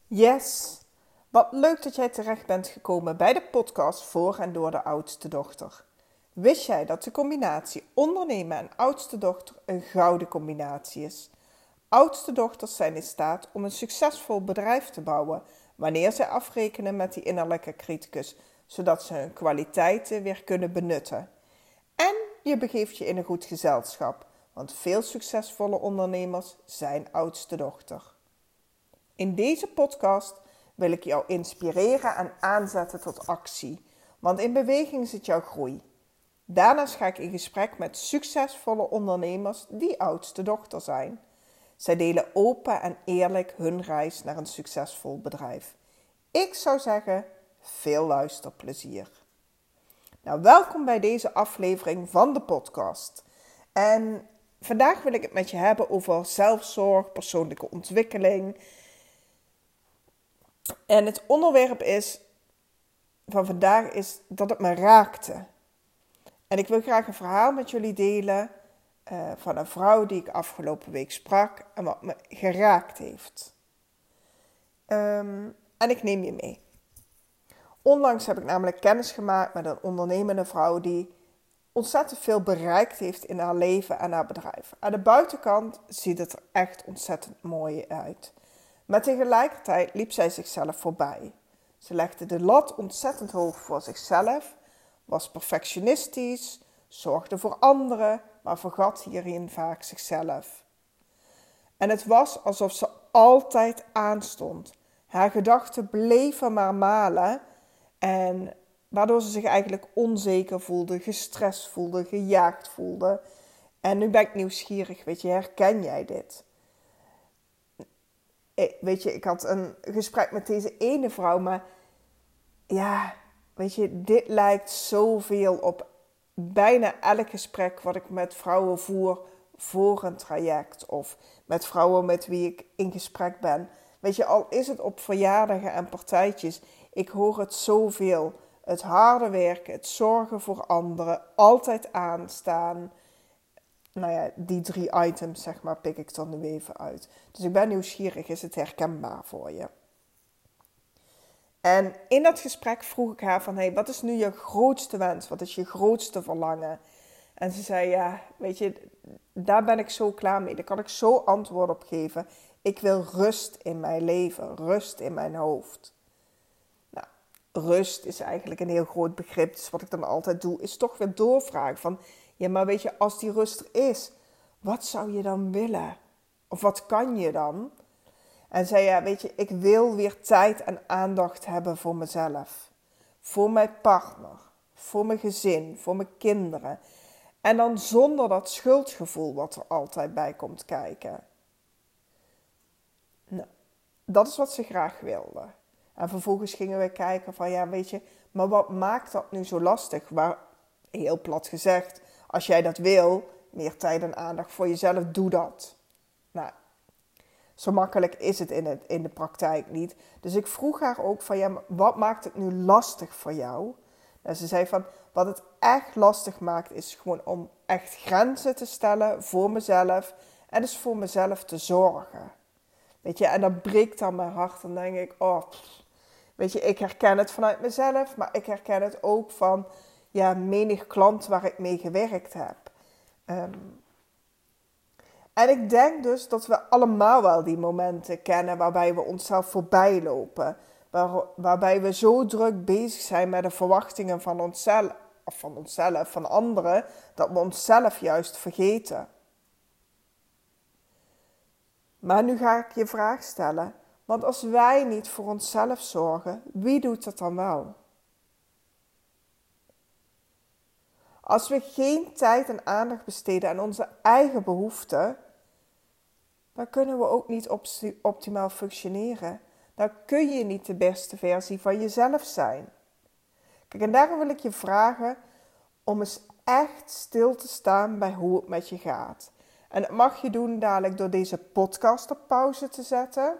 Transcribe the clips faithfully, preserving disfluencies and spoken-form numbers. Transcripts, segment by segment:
Yes, wat leuk dat jij terecht bent gekomen bij de podcast voor en door de oudste dochter. Wist jij dat de combinatie ondernemen en oudste dochter een gouden combinatie is? Oudste dochters zijn in staat om een succesvol bedrijf te bouwen wanneer zij afrekenen met die innerlijke criticus, zodat ze hun kwaliteiten weer kunnen benutten. En je begeeft je in een goed gezelschap, want veel succesvolle ondernemers zijn oudste dochter. In deze podcast wil ik jou inspireren en aanzetten tot actie, want in beweging zit jouw groei. Daarnaast ga ik in gesprek met succesvolle ondernemers die oudste dochter zijn. Zij delen open en eerlijk hun reis naar een succesvol bedrijf. Ik zou zeggen, veel luisterplezier. Nou, welkom bij deze aflevering van de podcast. En vandaag wil ik het met je hebben over zelfzorg, persoonlijke ontwikkeling. En het onderwerp is, van vandaag is dat het me raakte. En ik wil graag een verhaal met jullie delen uh, van een vrouw die ik afgelopen week sprak en wat me geraakt heeft. Um, en ik neem je mee. Onlangs heb ik namelijk kennis gemaakt met een ondernemende vrouw die ontzettend veel bereikt heeft in haar leven en haar bedrijf. Aan de buitenkant ziet het er echt ontzettend mooi uit. Maar tegelijkertijd liep zij zichzelf voorbij. Ze legde de lat ontzettend hoog voor zichzelf, was perfectionistisch, zorgde voor anderen, maar vergat hierin vaak zichzelf. En het was alsof ze altijd aanstond. Haar gedachten bleven maar malen, en waardoor ze zich eigenlijk onzeker voelde, gestrest voelde, gejaagd voelde. En nu ben ik nieuwsgierig, weet je, herken jij dit? Weet je, ik had een gesprek met deze ene vrouw, maar ja, weet je, dit lijkt zoveel op bijna elk gesprek wat ik met vrouwen voer voor een traject. Of met vrouwen met wie ik in gesprek ben. Weet je, al is het op verjaardagen en partijtjes, ik hoor het zoveel. Het harde werken, het zorgen voor anderen, altijd aanstaan. Nou ja, die drie items, zeg maar, pik ik er nu even uit. Dus ik ben nieuwsgierig, is het herkenbaar voor je? En in dat gesprek vroeg ik haar van, hey, wat is nu je grootste wens? Wat is je grootste verlangen? En ze zei, ja, weet je, daar ben ik zo klaar mee. Daar kan ik zo antwoord op geven. Ik wil rust in mijn leven, rust in mijn hoofd. Nou, rust is eigenlijk een heel groot begrip. Dus wat ik dan altijd doe, is toch weer doorvragen van, ja, maar weet je, als die rust er is, wat zou je dan willen? Of wat kan je dan? En zei, ja, weet je, ik wil weer tijd en aandacht hebben voor mezelf. Voor mijn partner, voor mijn gezin, voor mijn kinderen. En dan zonder dat schuldgevoel wat er altijd bij komt kijken. Nou, dat is wat ze graag wilde. En vervolgens gingen we kijken van, ja, weet je, maar wat maakt dat nu zo lastig? Maar heel plat gezegd, als jij dat wil, meer tijd en aandacht voor jezelf, doe dat. Nou, zo makkelijk is het in, het in de praktijk niet. Dus ik vroeg haar ook van, ja, maar wat maakt het nu lastig voor jou? En ze zei van, wat het echt lastig maakt, is gewoon om echt grenzen te stellen voor mezelf. En dus voor mezelf te zorgen. Weet je, en dat breekt dan mijn hart. Dan denk ik, oh, pff. Weet je, ik herken het vanuit mezelf, maar ik herken het ook van, ja, menig klant waar ik mee gewerkt heb. Um, En ik denk dus dat we allemaal wel die momenten kennen waarbij we onszelf voorbij lopen. Waar, waarbij we zo druk bezig zijn met de verwachtingen van onszelf, of van onszelf, van anderen, dat we onszelf juist vergeten. Maar nu ga ik je vraag stellen, want als wij niet voor onszelf zorgen, wie doet dat dan wel? Als we geen tijd en aandacht besteden aan onze eigen behoeften, dan kunnen we ook niet optimaal functioneren. Dan kun je niet de beste versie van jezelf zijn. Kijk, en daarom wil ik je vragen om eens echt stil te staan bij hoe het met je gaat. En dat mag je doen dadelijk door deze podcast op pauze te zetten.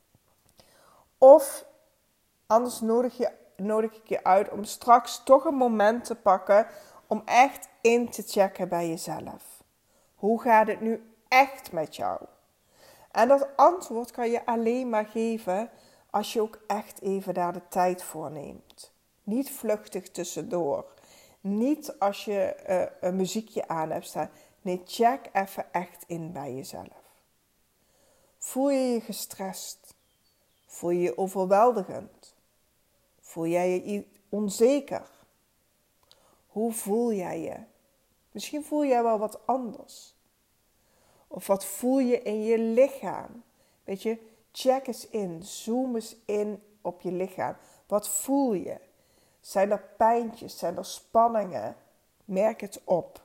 Of anders nodig, je, nodig ik je uit om straks toch een moment te pakken om echt in te checken bij jezelf. Hoe gaat het nu echt met jou? En dat antwoord kan je alleen maar geven als je ook echt even daar de tijd voor neemt. Niet vluchtig tussendoor. Niet als je uh, een muziekje aan hebt staan. Nee, check even echt in bij jezelf. Voel je je gestrest? Voel je je overweldigend? Voel jij je onzeker? Hoe voel jij je? Misschien voel jij wel wat anders. Of wat voel je in je lichaam? Weet je, check eens in. Zoom eens in op je lichaam. Wat voel je? Zijn er pijntjes? Zijn er spanningen? Merk het op.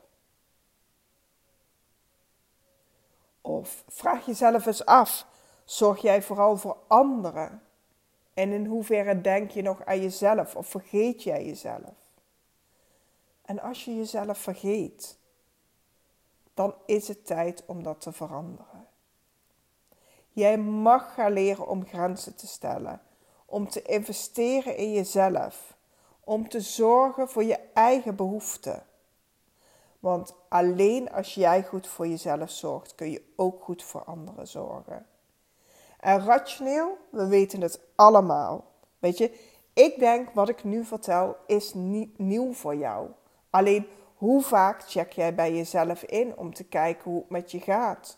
Of vraag jezelf eens af. Zorg jij vooral voor anderen? En in hoeverre denk je nog aan jezelf? Of vergeet jij jezelf? En als je jezelf vergeet, dan is het tijd om dat te veranderen. Jij mag gaan leren om grenzen te stellen. Om te investeren in jezelf. Om te zorgen voor je eigen behoeften. Want alleen als jij goed voor jezelf zorgt, kun je ook goed voor anderen zorgen. En rationeel, we weten het allemaal. Weet je, ik denk wat ik nu vertel is niet nieuw voor jou. Alleen, hoe vaak check jij bij jezelf in om te kijken hoe het met je gaat?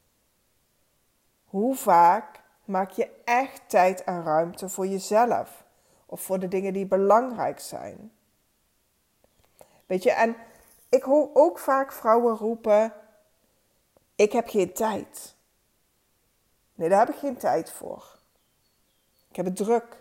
Hoe vaak maak je echt tijd en ruimte voor jezelf? Of voor de dingen die belangrijk zijn? Weet je, en ik hoor ook vaak vrouwen roepen, ik heb geen tijd. Nee, daar heb ik geen tijd voor. Ik heb het druk.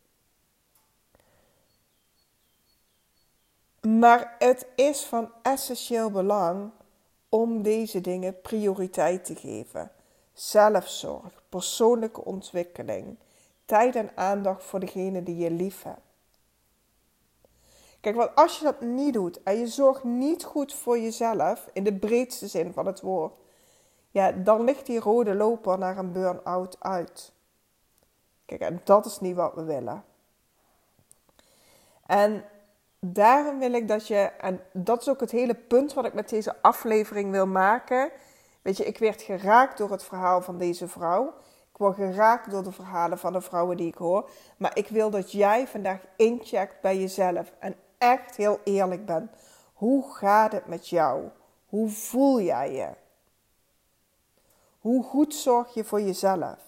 Maar het is van essentieel belang om deze dingen prioriteit te geven. Zelfzorg, persoonlijke ontwikkeling, tijd en aandacht voor degene die je lief hebt. Kijk, want als je dat niet doet en je zorgt niet goed voor jezelf, in de breedste zin van het woord, ja, dan ligt die rode loper naar een burn-out uit. Kijk, en dat is niet wat we willen. En daarom wil ik dat je, en dat is ook het hele punt wat ik met deze aflevering wil maken. Weet je, ik werd geraakt door het verhaal van deze vrouw. Ik word geraakt door de verhalen van de vrouwen die ik hoor. Maar ik wil dat jij vandaag incheckt bij jezelf en echt heel eerlijk bent. Hoe gaat het met jou? Hoe voel jij je? Hoe goed zorg je voor jezelf?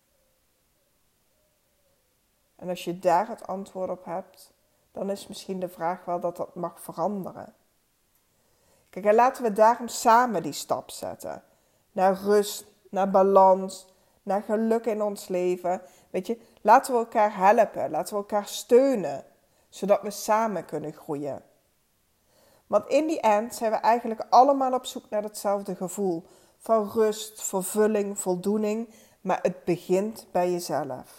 En als je daar het antwoord op hebt, dan is misschien de vraag wel dat dat mag veranderen. Kijk, en laten we daarom samen die stap zetten. Naar rust, naar balans, naar geluk in ons leven. Weet je, laten we elkaar helpen, laten we elkaar steunen, zodat we samen kunnen groeien. Want in die end zijn we eigenlijk allemaal op zoek naar hetzelfde gevoel. Van rust, vervulling, voldoening, maar het begint bij jezelf.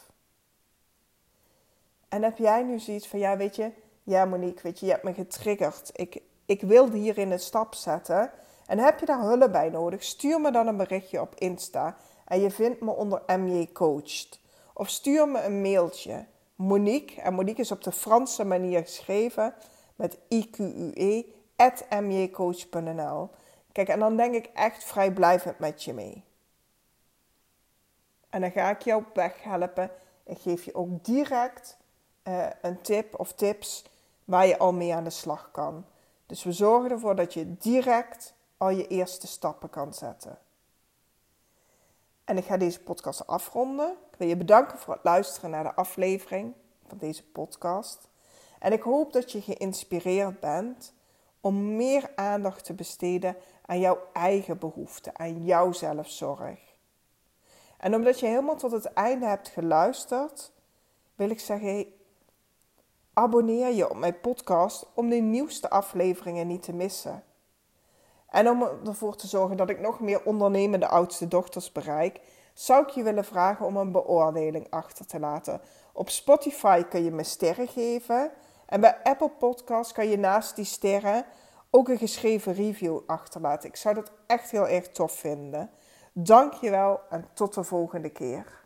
En heb jij nu zoiets van, ja weet je, ja Monique, weet je, je hebt me getriggerd. Ik, ik wil hierin een stap zetten. En heb je daar hulp bij nodig, stuur me dan een berichtje op Insta. En je vindt me onder M J Coached. Of stuur me een mailtje. Monique, en Monique is op de Franse manier geschreven, met I Q U E, at m j coach punt n l. Kijk, en dan denk ik echt vrijblijvend met je mee. En dan ga ik jou op weg helpen. Ik geef je ook direct uh, een tip of tips waar je al mee aan de slag kan. Dus we zorgen ervoor dat je direct al je eerste stappen kan zetten. En ik ga deze podcast afronden. Ik wil je bedanken voor het luisteren naar de aflevering van deze podcast. En ik hoop dat je geïnspireerd bent om meer aandacht te besteden aan jouw eigen behoeften, aan jouw zelfzorg. En omdat je helemaal tot het einde hebt geluisterd, wil ik zeggen, hey, abonneer je op mijn podcast om de nieuwste afleveringen niet te missen. En om ervoor te zorgen dat ik nog meer ondernemende oudste dochters bereik, zou ik je willen vragen om een beoordeling achter te laten. Op Spotify kun je me sterren geven en bij Apple Podcasts kan je naast die sterren ook een geschreven review achterlaten. Ik zou dat echt heel erg tof vinden. Dank je wel en tot de volgende keer.